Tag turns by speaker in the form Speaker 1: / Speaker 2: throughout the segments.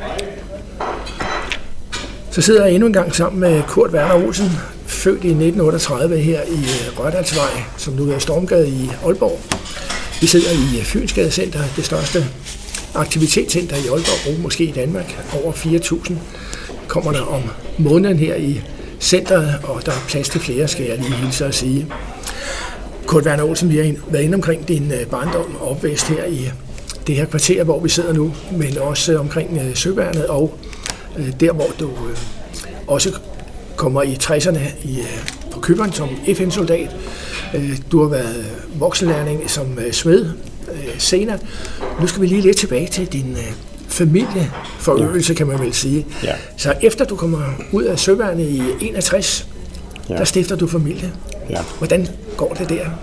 Speaker 1: Så sidder jeg endnu en gang sammen med Kurt Werner Olsen, født i 1938 her i Rørdalsvej, som nu er Stormgade i Aalborg. Vi sidder i Fynsgade Center, det største aktivitetscenter i Aalborg, og måske i Danmark. Over 4.000 kommer der om måneden her i centret, og der er plads til flere, skal jeg lige hilse at sige. Kurt Werner Olsen, vi har været inde omkring din barndom og opvækst her i det her kvarter, hvor vi sidder nu, men også omkring Søværnet og der, hvor du også kommer i 60'erne på Cypern som FN-soldat. Du har været voksenlærling som smed senere. Nu skal vi lige lidt tilbage til din familieforøgelse, kan man vel sige.
Speaker 2: Ja.
Speaker 1: Så efter du kommer ud af Søværnet i 61, der stifter du familie.
Speaker 2: Ja.
Speaker 1: Hvordan går det der?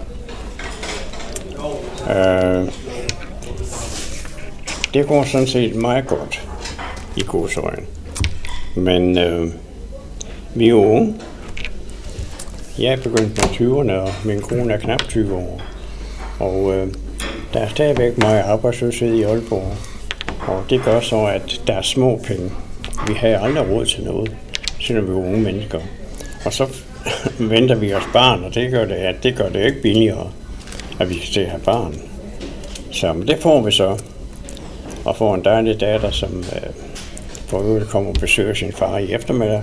Speaker 2: Det går sådan set meget godt i gåseøjne. Men vi er unge. Jeg er begyndt med 20'erne, og min kone er knap 20 år. Og der er stadigvæk meget arbejdsløshed i Aalborg. Og det gør så, at der er små penge. Vi har aldrig råd til noget, selvom vi er unge mennesker. Og så venter vi os barn, og det gør det ikke billigere, at vi skal have barn. Så det får vi så. Og får en dejlig datter, som for øvrigt kommer og besøger sin far i eftermiddag.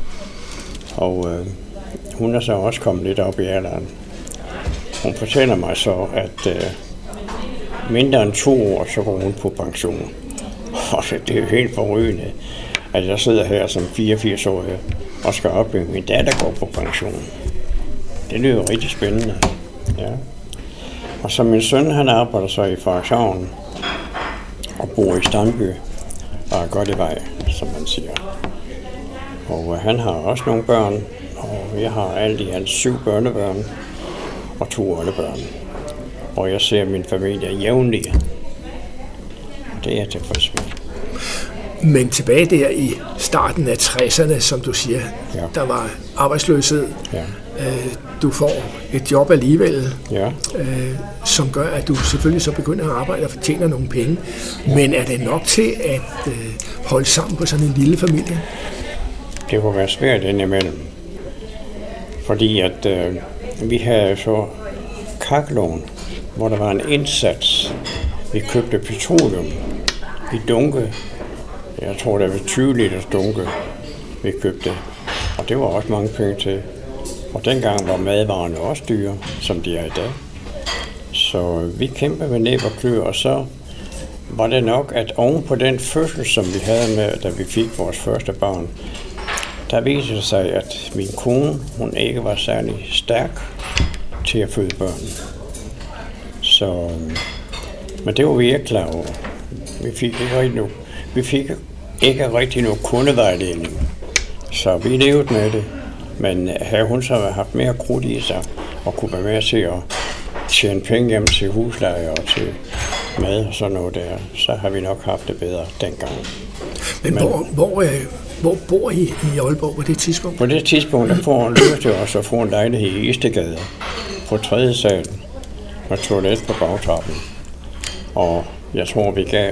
Speaker 2: Og hun er så også kommet lidt op i alderen. Hun fortæller mig så, at mindre end 2 år, så går hun på pension. Og det er jo helt forrygende, at jeg sidder her som 84-årig og skal op, at min datter går på pension. Det lyder rigtig spændende. Ja. Og så min søn, han arbejder så i Frederikshavn og bor i Stamby og er godt i vej, som man siger. Og han har også nogle børn, og jeg har alt i alt 7 børnebørn og 2 oldebørn. Og jeg ser min familie jævnligt. Og det er jeg tilfreds med.
Speaker 1: Men tilbage der i starten af 60'erne, som du siger, der var arbejdsløshed.
Speaker 2: Ja.
Speaker 1: Du får et job alligevel, som gør, at du selvfølgelig så begynder at arbejde og tjener nogle penge. Ja. Men er det nok til at holde sammen på sådan en lille familie?
Speaker 2: Det kunne være svært indimellem. Fordi at vi havde så kakkelovn, hvor der var en indsats. Vi købte petroleum i dunke. Jeg tror, det var 20 liters dunke, vi købte. Og det var også mange penge til. Og dengang var madvarerne også dyre, som de er i dag. Så vi kæmpede med næb og klør, og så var det nok, at oven på den fødsel, som vi havde med, da vi fik vores første barn, der viste det sig, at min kone, hun ikke var særlig stærk til at føde børn. Så, men det var vi ikke klar over. Vi fik ikke rigtig nogen kundevejledning, så vi levede med det. Men havde hun så haft mere krudt i sig og kunne være med til at tjene penge hjem til husleje og til mad og sådan noget der, så har vi nok haft det bedre dengang.
Speaker 1: Men hvor bor I i Aalborg på det tidspunkt?
Speaker 2: På det tidspunkt, der lykkedes det også at få en lejlighed i Istegade på 3. sal med toilet på bagtrappen. Og jeg tror, vi gav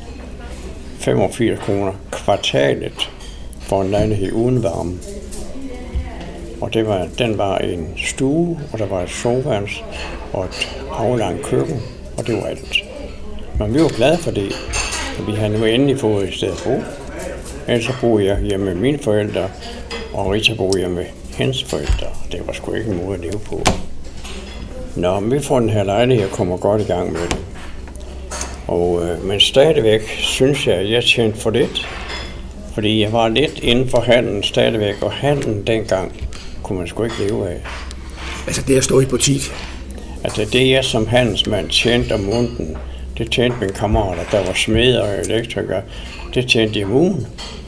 Speaker 2: 85 kroner kvartalet for en lejlighed uden varme. Og den var en stue, og der var et soveværelse og et aflangt køkken, og det var alt. Men vi var glade for det, og vi havde nu endelig fået et sted at bo. Ellers så boede jeg hjemme med mine forældre, og Rita boede hjemme med hendes forældre. Det var sgu ikke en måde at leve på. Nå, men vi får den her lejlighed og kommer godt i gang med det. Men stadigvæk synes jeg, at jeg tjente for lidt. Fordi jeg var lidt inden for handlen stadigvæk, og handlen dengang kunne man sgu ikke leve af.
Speaker 1: Altså det at stå i butik?
Speaker 2: Altså det jeg som handelsmand tjente om måneden, det tjente mine kammerater, der var smed og elektriker, det tjente de om ugen.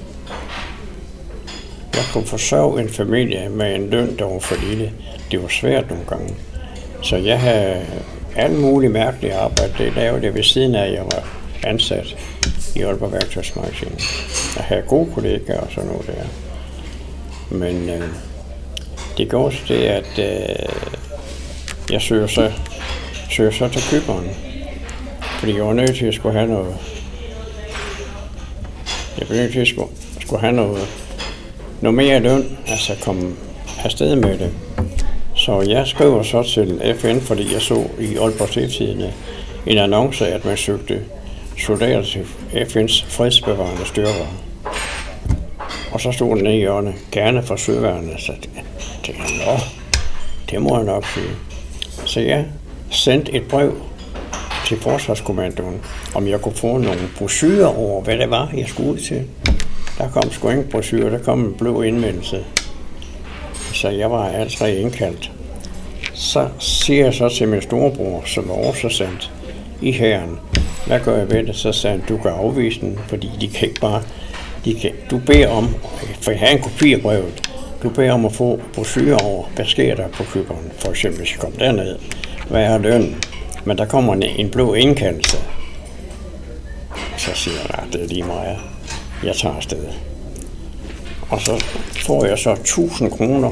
Speaker 2: Jeg kunne forsørge en familie med en løn, der var for lille. Det var svært nogle gange. Så jeg havde alt muligt mærkeligt arbejde. Det lavede jeg ved siden af, at jeg var ansat i Aalborg Værktøjsmagasin. Jeg havde gode kollegaer og sådan noget der. Men det går så det, at jeg søger så til Cypern. Fordi jeg var nødt til at skulle have noget Jeg blev nødt til at skulle have noget mere løn, altså komme afsted med det. Så jeg skriver så til FN, fordi jeg så i Aalborg Stiftstidende en annonce, at man søgte soldater til FN's fredsbevarende styrker. Og så stod den nede i hjørnet, gerne for søværende, så tænkte jeg, det må jeg nok sige. Så jeg sendte et brev til Forsvarskommandoen, om jeg kunne få nogle brochurer over, hvad det var, jeg skulle til. Der kom sgu ingen brochurer, der kom en blå indmeldelse. Så jeg var altså indkaldt. Så siger jeg så til min storebror, som var også sendt i hæren, hvad gør jeg ved det? Så sagde han, du kan afvise den, fordi de kan ikke bare... Du beder om, for jeg har en kopi af brevet, du beder om at få brochurer over, hvad sker der på Cypern, for eksempel hvis jeg kommer derned, hvad er lønnen? Men der kommer en blå indkaldelse. Så siger jeg, det er lige meget, jeg tager afsted. Og så får jeg så 1000 kroner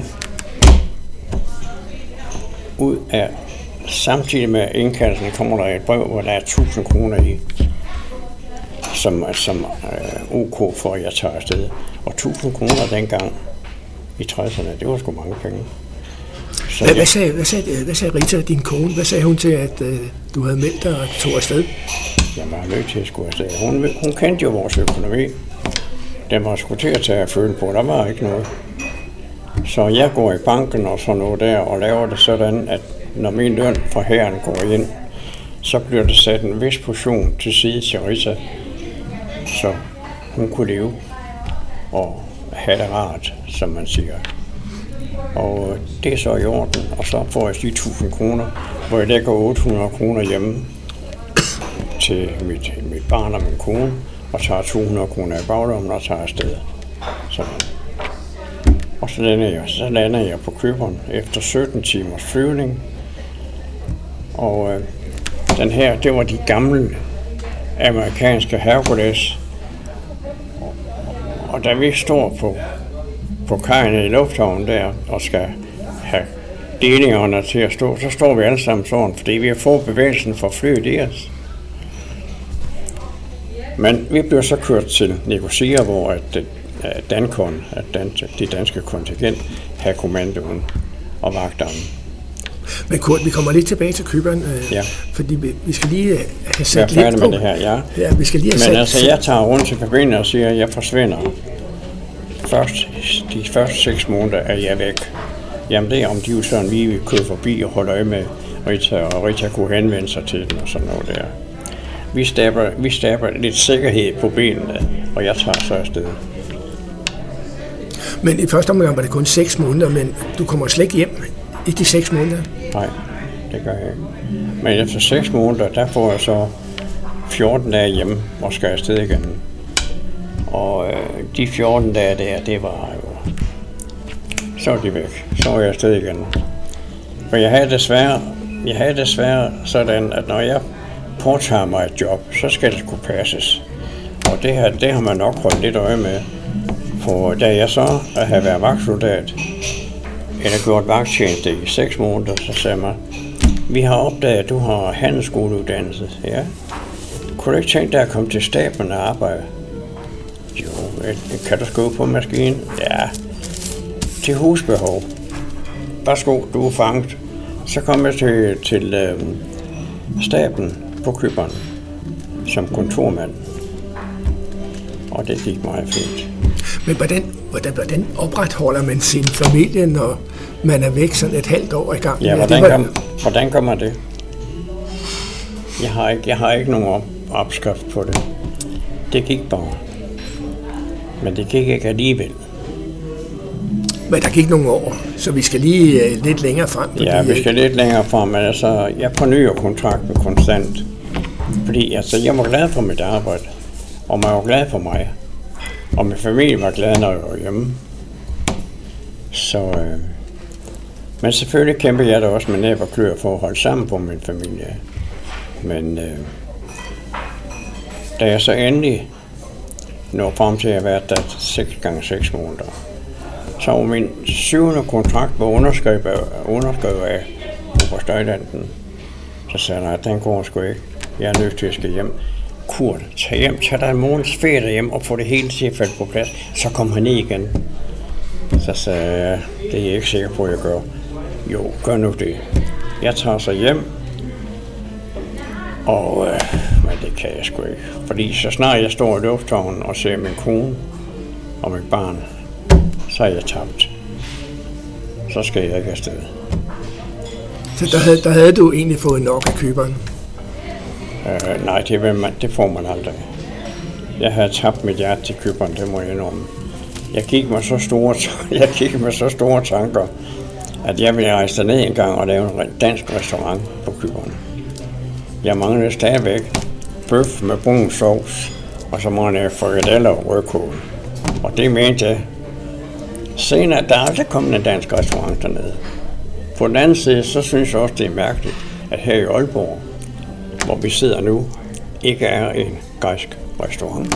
Speaker 2: ud af, samtidig med indkaldelsen kommer der et brev, hvor der er 1000 kroner i, som OK for, at jeg tager afsted. Og 1000 kroner dengang i 60'erne, det var sgu mange penge.
Speaker 1: Hvad sagde Rita, din kone? Hvad sagde hun til, at du havde meldt dig og tog afsted?
Speaker 2: Jeg var nødt til at skulle afsted. Hun kendte jo vores økonomi. Den var sgu til at tage at føle på, der var ikke noget. Så jeg går i banken og sådan noget der, og laver det sådan, at når min løn fra hæren går ind, så bliver det sat en vis portion til side til Rita, så hun kunne leve og have det rart, som man siger. Og det er så i orden, og så får jeg de 1000 kroner, hvor jeg lægger 800 kroner hjemme til mit barn og min kone, og tager 200 kroner i baglommen og tager afsted. Sådan. Og så lander jeg på Cypern efter 17 timers flyvning. Og den her, det var de gamle amerikanske Hercules. Og da vi står på kajen i lufthavnen der og skal have delingerne til at stå, så står vi alle sammen sådan, fordi vi har fået bevægelsen for flyet i os. Men vi blev så kørt til Nicosia, hvor Dancon, det danske kontingent, havde kommandoen og vagterne.
Speaker 1: Men Kurt, vi kommer lidt tilbage til Cypern, fordi vi skal lige have sat lidt på.
Speaker 2: Jeg er færdig med det her,
Speaker 1: ja. Vi skal lige have
Speaker 2: Men altså, jeg tager rundt til kabinen og siger, at jeg forsvinder. De første 6 måneder er jeg væk. Jamen det er, om de jo sådan lige vil køre forbi og holde øje med Rita, og Rita kunne henvende sig til den og sådan noget der. Vi stabler lidt sikkerhed på benene, og jeg tager så afsted.
Speaker 1: Men i første omgang var det kun 6 måneder, men du kommer slet ikke hjem i de 6 måneder?
Speaker 2: Nej, det gør jeg ikke. Men efter 6 måneder, der får jeg så 14 dage hjemme og skal afsted igen. Og de 14 dage der, det var jo... Så er de væk. Så er jeg afsted igen. For jeg havde desværre sådan, at når jeg påtager mig et job, så skal det kunne passes. Og det har man nok holdt lidt øje med. For da jeg så havde været vagtsoldat, eller gjort vagttjeneste i 6 måneder, så sagde man, vi har opdaget, at du har handelsskoleuddannelse. Ja. Kunne du ikke tænke dig at komme til staben og arbejde? Jo, kan du skrive på maskinen? Ja. Til husbehov. Værsgo, du er fanget. Så kom jeg til staben på Cypern som kontormand. Og det gik meget fint.
Speaker 1: Men hvordan opretholder man sin familie, når man er væk sådan et halvt år i gang?
Speaker 2: Ja, hvordan gør man det? Jeg har ikke nogen opskrift på det. Det gik bare. Men det gik ikke alligevel.
Speaker 1: Men der gik nogle år, så vi skal lige lidt længere frem.
Speaker 2: Ja, vi skal lidt længere frem, men altså, jeg fornyer kontrakten konstant. Fordi altså, jeg var glad for mit arbejde, og man var glad for mig. Og min familie var glad, når jeg var hjemme. Så, men selvfølgelig kæmper jeg da også med næb og klør for at holde sammen på min familie. Men da jeg så endelig når frem til at have været der 6 gange 6 måneder, så var min 7. kontrakt var underskrevet af oberstøjtanten. Så sagde jeg, nej, den går sgu ikke. Jeg er nødt til at skal hjem. Kurt, tag dig en måneds ferie derhjemme og få det hele til at falde på plads. Så kom han ned igen. Så sagde jeg, det er jeg ikke sikker på, at jeg gør. Jo, gør nu det. Jeg tager så hjem, og men det kan jeg sgu ikke. Fordi så snart jeg står i lufthavnen og ser min kone og mit barn, så er jeg tabt. Så skal jeg ikke afsted.
Speaker 1: Så der havde du egentlig fået nok af køberen?
Speaker 2: Nej, det får man aldrig. Jeg havde tabt mit hjerte til køberen, det må jeg indrømme. Jeg gik med så store tanker, at jeg ville rejse derned en gang og lave en dansk restaurant på køberen. Jeg manglede stadigvæk bøf med brun sovs, og så manglede jeg frikadeller og rødkål. Og det mente jeg. Senere, der er aldrig kommet en dansk restaurant dernede. På den anden side, så synes jeg også, det er mærkeligt, at her i Aalborg, hvor vi sidder nu, ikke er en græsk restaurant.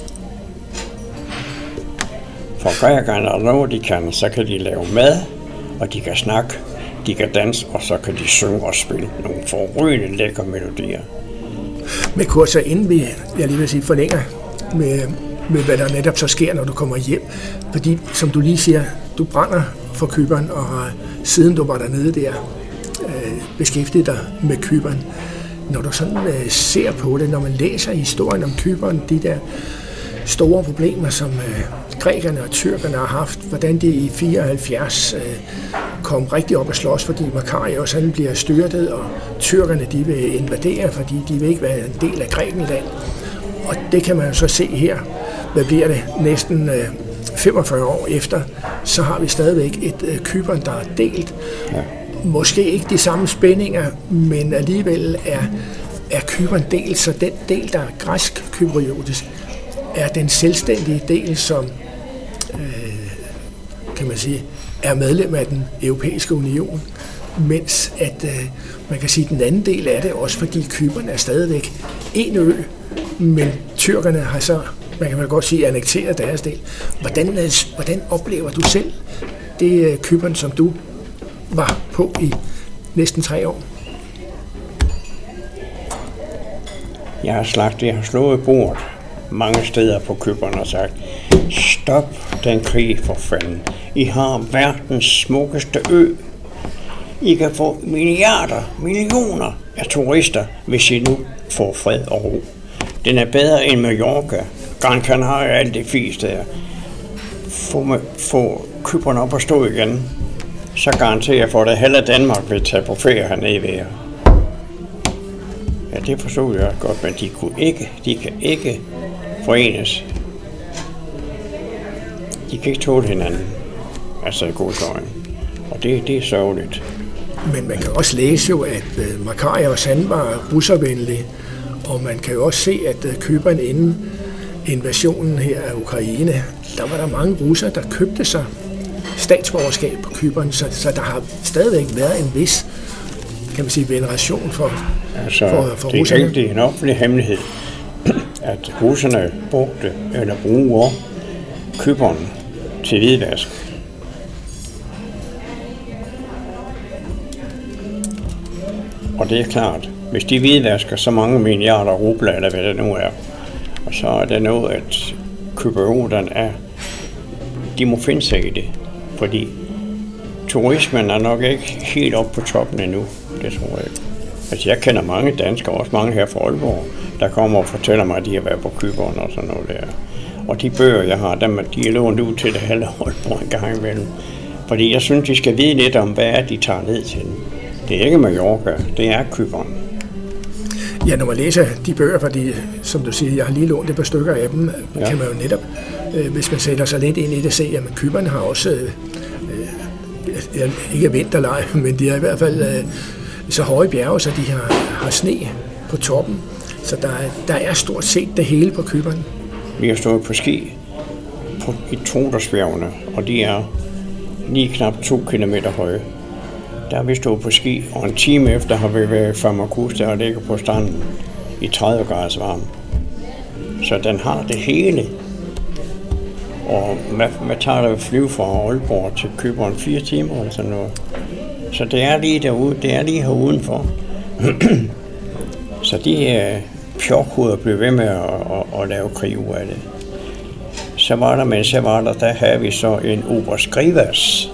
Speaker 2: For hver gang der er noget, de kan, så kan de lave mad, og de kan snakke, de kan danse, og så kan de synge og spille nogle forrygende lækre melodier.
Speaker 1: Men Kurt, så inden jeg lige vil sige, forlænger med hvad der netop så sker, når du kommer hjem. Fordi, som du lige siger, du brænder for køberen, og siden du var dernede der, beskæftiget dig med køberen. Når du sådan ser på det, når man læser historien om køberen, de der store problemer, som grækerne og tyrkerne har haft, hvordan de i 74 kom rigtig op at slås, fordi Makarios han bliver styrtet, og tyrkerne de vil invadere, fordi de vil ikke være en del af Grækenland. Og det kan man jo så se her. Hvad bliver det? Næsten 45 år efter, så har vi stadigvæk et Cypern, der er delt. Ja. Måske ikke de samme spændinger, men alligevel er Cypern delt, så den del, der er græsk-kypriotisk, er den selvstændige del, som kan man sige, er medlem af den europæiske union, mens at man kan sige, at den anden del af det, også fordi Cypern er stadigvæk en ø, men tyrkerne har så, man kan vel godt sige, annekteret deres del. Hvordan oplever du selv det Cypern, som du var på i næsten 3 år?
Speaker 2: Jeg har slået bordet mange steder på Cypern og sagt, stop den krig for fanden. I har verdens smukkeste ø. I kan få millioner af turister, hvis I nu får fred og ro. Den er bedre end Mallorca. Gran Canaria og alt det fisk der. Få Cypern op og stå igen, så garanterer jeg for, at hele Danmark vil tage på ferie hernede ved jer. Ja, det forstod jeg godt, men de kan ikke forenes. De kan ikke tåle hinanden, altså i godsøjne. Og det er sørgeligt.
Speaker 1: Men man kan også læse jo, at Makarios han var russervenlig, og man kan jo også se, at Cypern inden invasionen her af Ukraine, der var der mange russere, der købte sig statsborgerskab på Cypern, så der har stadigvæk været en vis, kan man sige, veneration for russerne.
Speaker 2: Det er en offentlig hemmelighed, at russerne bruger Cypern til hvidvask. Og det er klart, hvis de hvidvasker så mange milliarder rubler, eller hvad det nu er, og så er det noget, at cyprioterne de må finde sig i det. Fordi turismen er nok ikke helt oppe på toppen endnu, det tror jeg ikke. Altså jeg kender mange danskere, også mange her fra Aalborg, der kommer og fortæller mig, at de har været på Cypern og sådan noget der. Og de bøger, jeg har, de er lånt ud til det halve Aalborg en gang imellem. Fordi jeg synes, de skal vide lidt om, hvad de tager ned til. Det er ikke Mallorca, det er Cypern.
Speaker 1: Ja, når man læser de bøger, fordi som du siger, jeg har lige lånt et par stykker af dem, ja. Kan man jo netop, hvis man sætter sig lidt ind i det, se, at Cypern har også, ikke vinterleje, men de har i hvert fald så høje bjerge, så de har sne på toppen. Så der er stort set det hele på Cypern.
Speaker 2: Vi har stået på ski i Trodersbjergene, og de er lige knap 2 kilometer høje. Der har vi stået på ski, og en time efter har vi været i Famagusta og ligger på stranden i 30 graders varme. Så den har det hele. Og hvad tager der at flyve fra Aalborg til Cypern 4 timer eller sådan noget? Så det er lige derude, det er lige her udenfor. Så de pjokhoveder blev ved med at lave krig ud af det. Så var der, havde vi så en oberst Grivas,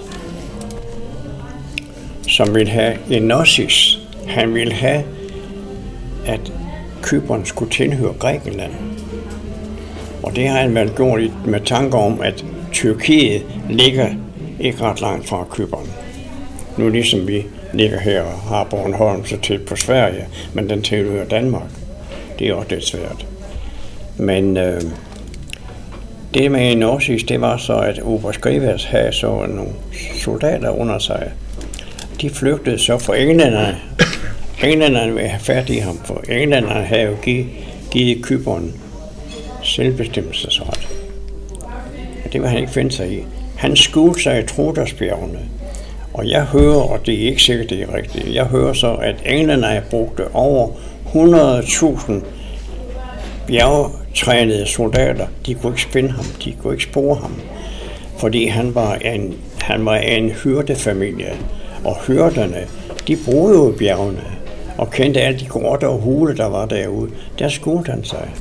Speaker 2: som ville have en Nossis. Han ville have, at Cypern skulle tilhøre Grækenland. Og det har han vel gjort med tanker om, at Tyrkiet ligger ikke ret langt fra Cypern. Nu ligesom vi ligger her og har Bornholm så tæt på Sverige, men den tilhører Danmark. Det er også lidt svært. Men det med en Nossis, det var så, at oberst Grivas havde så nogle soldater under sig. De flygtede så for englænderne. Englænderne ville have fat i ham, for englænderne havde jo givet Cypern selvbestemmelsesret. Og det vil han ikke finde sig i. Han skjulte sig i Trodersbjergene. Og jeg hører, og det er ikke sikkert, det er rigtigt, jeg hører så, at englænderne brugte over 100.000 bjergetrænede soldater. De kunne ikke spinde ham, de kunne ikke spore ham, fordi han var en hyrdefamilie. Og hyrderne, de boede jo i bjergene og kendte alle de grotter og hule, der var derude. Der skjulte han sig.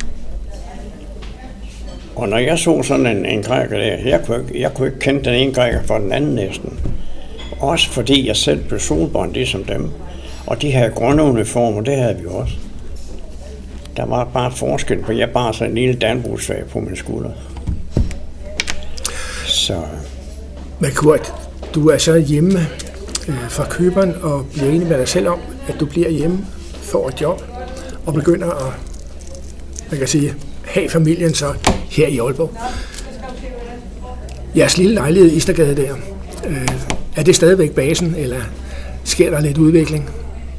Speaker 2: Og når jeg så sådan en græker der, jeg kunne ikke kende den ene græker fra den anden næsten. Også fordi jeg selv blev solbrændt ligesom dem. Og de havde grønne uniformer, det havde vi også. Der var bare forskel på, jeg bare sådan en lille danbrugsfag på min skulder. Så...
Speaker 1: Men Kurt, du er så hjemme fra Cypern og bliver enig med dig selv om, at du bliver hjemme, får et job og begynder at, man kan sige, have familien så her i Aalborg. Jeres lille lejlighed i Istergade der, er det stadigvæk basen, eller sker der lidt udvikling?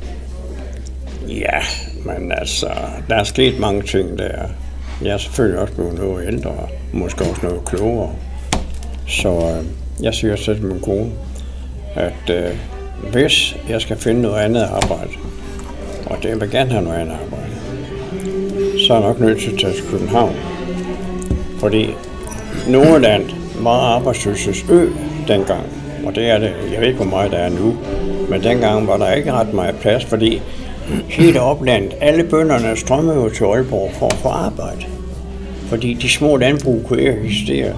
Speaker 2: Ja, men altså, der er sket mange ting der. Jeg er selvfølgelig også blevet noget ældre, måske også noget klogere. Så jeg siger til min kone, at hvis jeg skal finde noget andet arbejde, og det vil gerne have noget andet arbejde, så er jeg nok nødt til at tage til København. Fordi Nordjylland var arbejdsløshedsø dengang, og det er det, jeg ved ikke, hvor meget der er nu, men dengang var der ikke ret meget plads, fordi hele oplandet, alle bønderne strømmede jo til Aalborg for at få arbejde, fordi de små landbrug kunne ikke eksistere.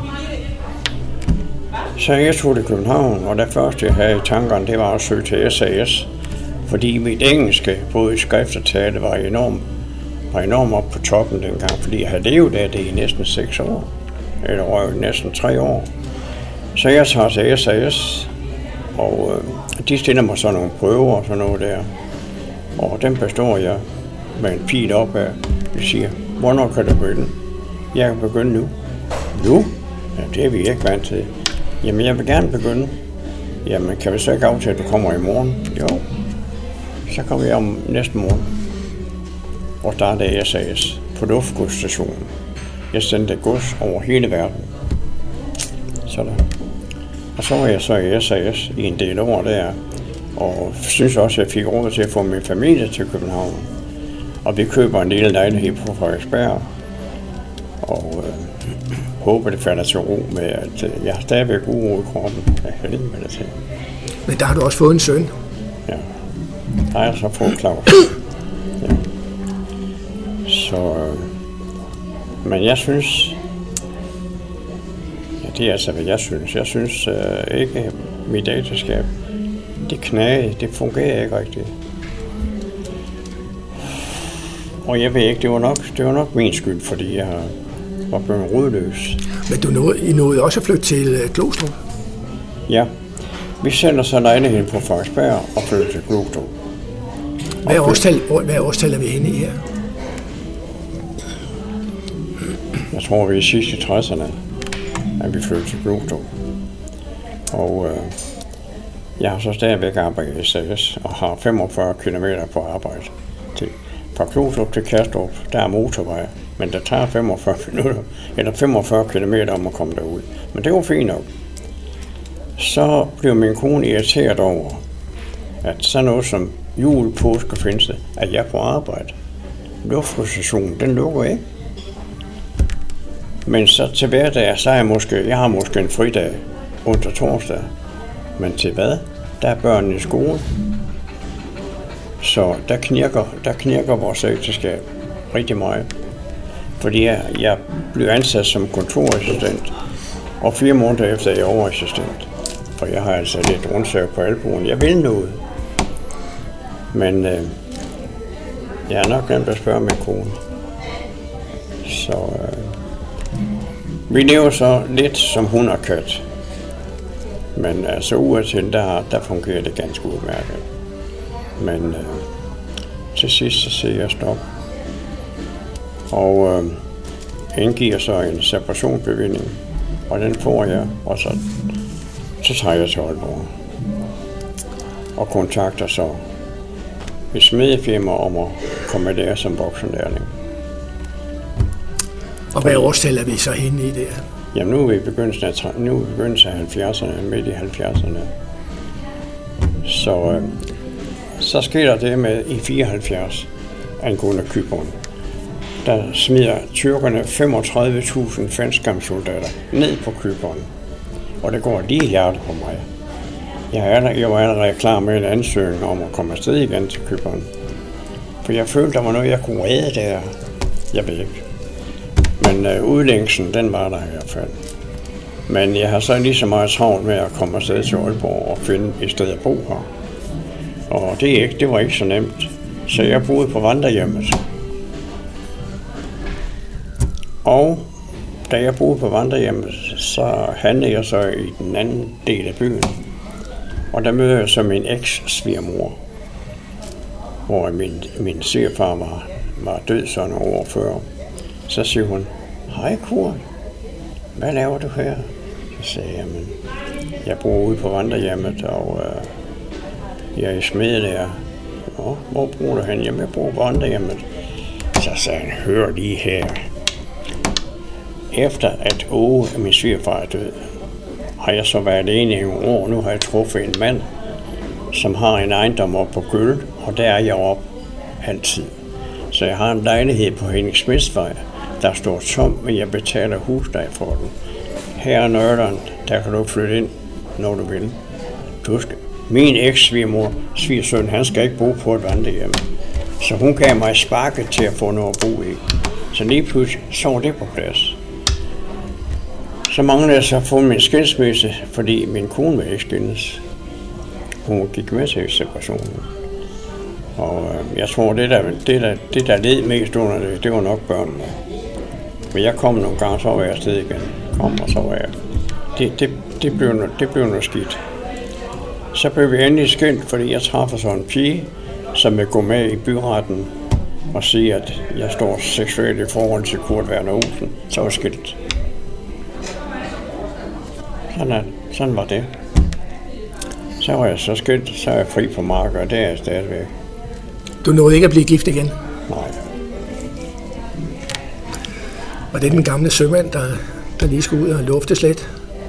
Speaker 2: Så jeg tog til København, og det første jeg havde i tankerne, det var at søge til SAS, fordi mit engelske, både i skrift og tale, var enormt op på toppen dengang, fordi jeg havde levet af det i næsten 6 år, eller næsten 3 år. Så jeg tager til SAS, og de stiller mig så nogle prøver og sådan noget der, og den består jeg med en pil op af. De siger, hvornår kan du begynde? Jeg kan begynde nu. Nu? Ja, det er vi ikke vant til. Jamen, jeg vil gerne begynde. Jamen, kan vi så ikke aftale, at du kommer i morgen? Jo. Så kommer jeg om næste morgen. Og der er det SAS på luftgodsstationen. Jeg sendte gods over hele verden. Sådan. Og så var jeg så i SAS i en del år der. Og synes også, at jeg fik råd til at få min familie til København. Og vi køber en lille lejlighed på Frederiksberg. Og håber, det falder til ro med, at jeg har stadigvæk uro i kroppen. Jeg er heldig med det til.
Speaker 1: Men der har du også fået en søn.
Speaker 2: Ja. Der har jeg så fået Claus. Ja. Så... men jeg synes... Ja, det er altså, hvad jeg synes. Jeg synes ikke, at mit ægteskab, det knager, det fungerer ikke rigtigt. Og jeg ved ikke, det var nok min skyld, fordi jeg var blevet rodløs.
Speaker 1: Men I nåede også at flytte til Glostrup?
Speaker 2: Ja. Vi sender så lejligheden på Frederiksberg og flytter til Glostrup.
Speaker 1: Hvad årstal er vi inde i her?
Speaker 2: Jeg tror, vi er sidst i 60'erne, at vi flytter til Glostrup. Og jeg har så stadigvæk arbejdet i SAS og har 45 km på arbejde. Fra Glostrup til Kastrup, der er motorvej, men der tager 45 minutter, eller 45 km om at komme derud. Men det var fint nok. Så blev min kone irriteret over, at sådan noget som jul, påske og pinse, at jeg på arbejde. Luftgodsstationen, den lukker ikke. Men så til hverdag, så er jeg har måske en fridag onsdag torsdag. Men til hvad? Der er børnene i skole. Så der knirker vores ægteskab. rigtig meget. Fordi jeg blev ansat som kontorassistent, og 4 måneder efter er jeg overassistent. For jeg har altså lidt rundsav på albuen. Jeg vil noget. Men jeg er nok glemt at spørge min kone. Så vi lever så lidt som hund og kat. Men altså uaftil, der fungerer det ganske udmærket. Men til sidst så siger jeg stop. Og indgiver så en separationsbevilling, og den får jeg, og så tager jeg til Aalborg. Og kontakter så et smedefirma om at komme der som voksenlærling.
Speaker 1: Og hvad årstal er vi så henne i der?
Speaker 2: Jamen nu er vi i begyndelsen af 70'erne, midt i 70'erne. Så sker der det med i 74 angående Cypern. Der smider tyrkerne 35.000 faldskærmssoldater ned på Cypern. Og det går lige i hjertet på mig. Jeg var allerede klar med en ansøgning om at komme afsted igen til Cypern. For jeg følte, der var noget, jeg kunne redde der. Jeg ved ikke. Men udlængsen, den var der i hvert fald. Men jeg har så lige så meget travlt med at komme afsted til Aalborg og finde et sted at bo her. Og det var ikke så nemt. Så jeg boede på vandrehjemmet. Og da jeg boede på vandrehjemmet, så handlede jeg så i den anden del af byen. Og der mødte jeg så min eks-svigermor, hvor min svigerfar var død så nogle år før. Så siger hun, hej Kurt, hvad laver du her? Så sagde jeg, men jeg bor ude på vandrehjemmet, og jeg er i smede der. Hvor bor du hen? Jamen, jeg bor på vandrehjemmet. Så sagde han, hør lige her. Efter at Åge, min svigerfar, er død, har jeg så været alene i nogle år. Nu har jeg truffet en mand, som har en ejendom op på Gøl, og der er jeg op altid. Så jeg har en lejlighed på Henning Smidsvej, der står tom, men jeg betaler husleje for den. Her er nøglerne, der kan du flytte ind, når du vil. Min eks-svigermor, svigersøn, han skal ikke bo på et vandrehjem. Så hun gav mig sparket til at få noget at bo i. Så lige pludselig så var det på plads. Så manglede jeg så at få min skilsmisse, fordi min kone ville ikke skilles. Hun gik med til separationen. Og jeg tror, det der led mest under det var nok børnene. Men jeg kom nogle gange, så var jeg afsted igen. Og så var jeg. Det blev noget skidt. Så blev vi endelig skilt, fordi jeg træffede sådan en pige, som vil gå med i byretten og sige, at jeg står seksuelt i forhold til Kurt Werner Olsen. Så var jeg skilt. Sådan var det. Så var jeg så skilt, så er jeg fri på marken, og det er jeg stadigvæk.
Speaker 1: Du nåede ikke at blive gift igen?
Speaker 2: Nej.
Speaker 1: Var det den gamle sømand, der lige skulle ud og luftes lidt?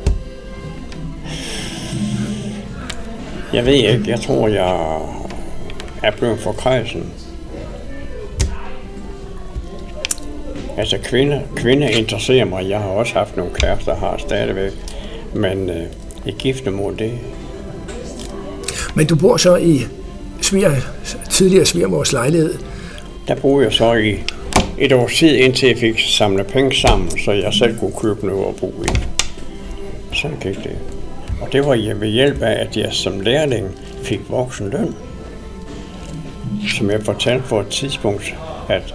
Speaker 2: Jeg ved ikke. Jeg tror, jeg er blevet for kredsen. Altså, kvinder interesserer mig. Jeg har også haft nogle kærester, der har stadigvæk. Men et giftermål, det...
Speaker 1: Men du bor så i tidligere svigermors lejlighed?
Speaker 2: Der boede jeg så i et års tid, indtil jeg fik samlet penge sammen, så jeg selv kunne købe noget at bo i. Sådan gik det. Og det var ved hjælp af, at jeg som lærling fik voksenløn. Som jeg fortalte på et tidspunkt, at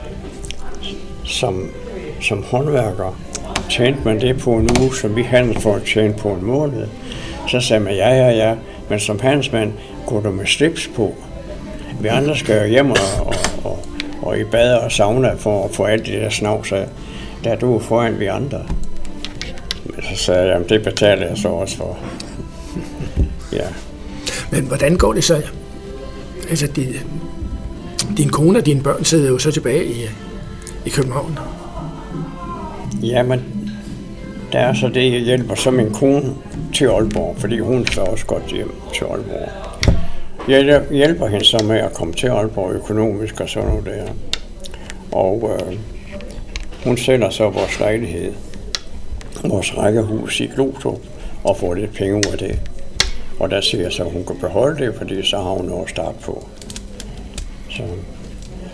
Speaker 2: som håndværker tjente man det på en uge, som vi handelsfolk tjente på en måned. Så sagde man, ja, men som handelsmand går du med slips på. Vi andre skal jo hjem og i bad og sauna for at få alt det der snavs af. Der er du foran vi andre. Men så sagde jeg, jamen det betaler jeg så også for. Ja.
Speaker 1: Men hvordan går det så? Altså, din kone og dine børn sidder jo så tilbage i København.
Speaker 2: Jamen, der er så det, jeg hjælper så min kone til Aalborg, fordi hun skal også godt hjem til Aalborg. Jeg hjælper hende så med at komme til Aalborg økonomisk og sådan noget der. Og hun sælger så vores lejlighed, vores rækkehus i Glostrup, og får lidt penge ud af det. Og der siger jeg så, at hun kan beholde det, fordi så har hun noget at starte på. Så.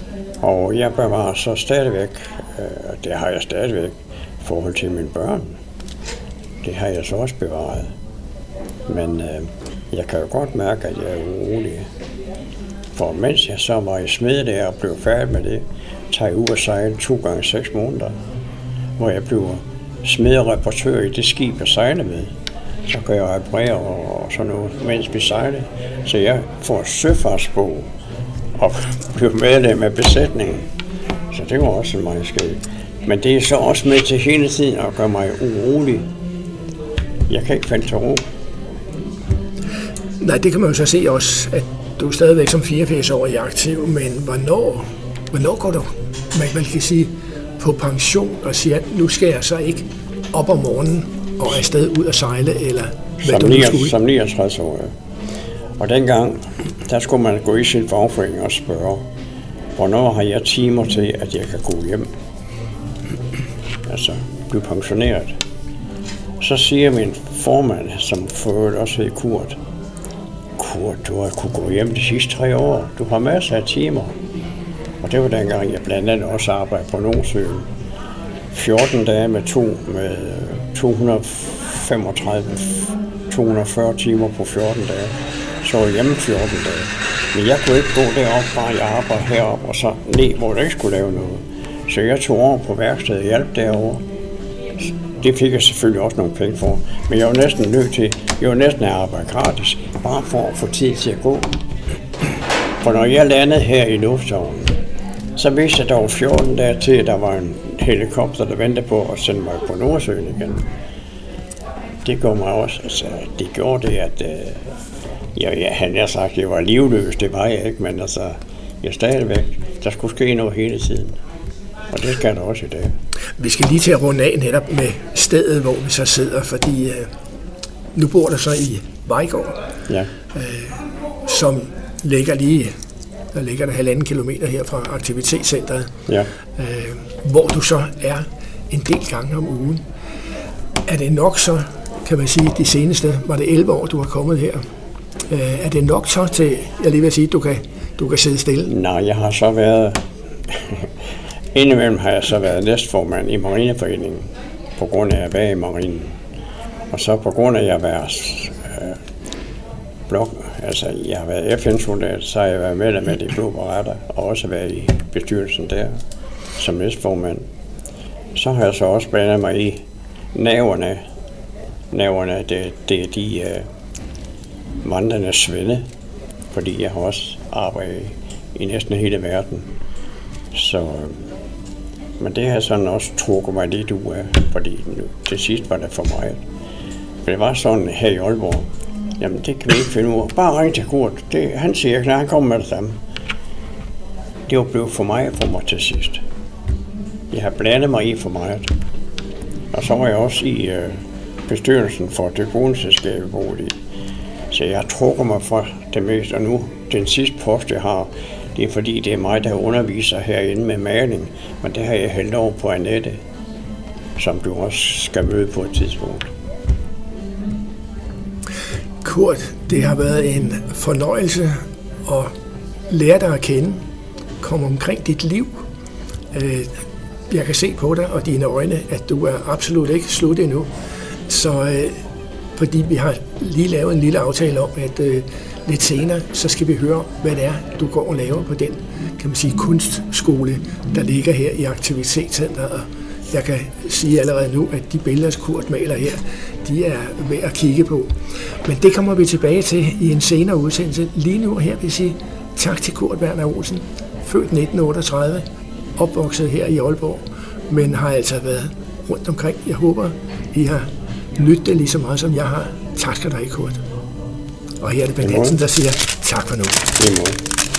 Speaker 2: Og jeg bevarer så stadigvæk, det har jeg stadigvæk, i forhold til mine børn. Det har jeg så også bevaret. Men jeg kan jo godt mærke, at jeg er urolig. For mens jeg så var i smed der og blev færdig med det, tager jeg ud og sejle 2 gange 6 måneder, hvor jeg bliver smed og reparatør i det skib, jeg sejler med. Så kan jeg reparere og sådan noget, mens vi sejler. Så jeg får søfartsbog og bliver medlem af besætningen. Så det var også en meget skægt. Men det er så også med til hele tiden at gøre mig urolig. Jeg kan ikke falde til ro.
Speaker 1: Nej, det kan man jo så se også, at du er stadigvæk som 84-årig aktiv, men hvornår går du, man kan sige, på pension og siger, at nu skal jeg så ikke op om morgenen og er afsted ud at sejle, eller hvad du skulle?
Speaker 2: Som 69 år. Og dengang, der skulle man gå i sin fagforening og spørge, hvornår har jeg timer til, at jeg kan gå hjem? Altså, blive pensioneret. Så siger min formand, som for øvrigt også hed Kurt, du har kunnet gå hjem de sidste 3 år. Du har masser af timer. Og det var dengang, jeg blandt andet også arbejdede på Nordsøen. 14 dage med 240 timer på 14 dage. Så var jeg hjemme 14 dage. Men jeg kunne ikke gå derop, bare jeg arbejdede heroppe og så ned, hvor jeg ikke skulle lave noget. Så jeg tog over på værkstedet og hjalp derovre. Det fik jeg selvfølgelig også nogle penge for, men jeg var næsten nødt til, at arbejde gratis, bare for at få tid til at gå. For når jeg landede her i lufthavnen, så vidste jeg, at der var 14 dage til, at der var en helikopter, der ventede på at sende mig på Nordsøen igen. Det gjorde mig også, altså, det gjorde det, at han har sagt, at jeg var livløs, det var jeg ikke, men altså, jeg stadigvæk, der skulle ske noget hele tiden. Og det skal der også i dag.
Speaker 1: Vi skal lige til at runde af netop med stedet, hvor vi så sidder, fordi nu bor der så i Vejgaard,
Speaker 2: ja.
Speaker 1: Som ligger lige, der ligger der 1,5 kilometer her fra aktivitetscentret,
Speaker 2: ja.
Speaker 1: Hvor du så er en del gange om ugen. Er det nok så, kan man sige, de seneste, var det 11 år, du har kommet her? Er det nok så til, jeg lige vil sige, du kan sidde stille?
Speaker 2: Nej, jeg har så været... Indimellem har jeg så været næstformand i Marineforeningen, på grund af at være i marinen. Og så på grund af at jeg har været jeg har været FN-soldat, så har jeg været medlem af de blå baretter, og også været i bestyrelsen der som næstformand. Så har jeg så også blandet mig i naverne. Naverne, det er de vandrende svende, fordi jeg har også arbejdet i næsten hele verden. Så, men det har sådan også trukket mig lidt ud af, fordi nu, til sidst var det for mig. For det var sådan her i Aalborg, jamen det kan vi ikke finde ud af. Bare ring til Kurt, han siger, at han kommer med det samme. Det var blevet for mig til sidst. Jeg har blandet mig i for meget. Og så var jeg også i bestyrelsen for det boligselskab, så jeg trukker mig fra det meste, og nu den sidste post, jeg har, det er fordi, det er mig, der underviser herinde med maling, men det har jeg hældt over på Annette, som du også skal møde på et tidspunkt.
Speaker 1: Kurt, det har været en fornøjelse at lære dig at kende, komme omkring dit liv. Jeg kan se på dig og dine øjne, at du er absolut ikke slut endnu. Så fordi vi har lige lavet en lille aftale om, at lidt senere, så skal vi høre, hvad det er, du går og laver på den, kan man sige, kunstskole, der ligger her i aktivitetscenteret. Og jeg kan sige allerede nu, at de billeder, Kurt maler her, de er værd at kigge på. Men det kommer vi tilbage til i en senere udsendelse. Lige nu her vil jeg sige tak til Kurt Werner Olsen, født 1938, opvokset her i Aalborg, men har altså været rundt omkring. Jeg håber, I har nydt det lige så meget, som jeg har. Tak skal du have, Kurt. Og her er det Bent Hansen, der siger tak for nu.
Speaker 2: Det er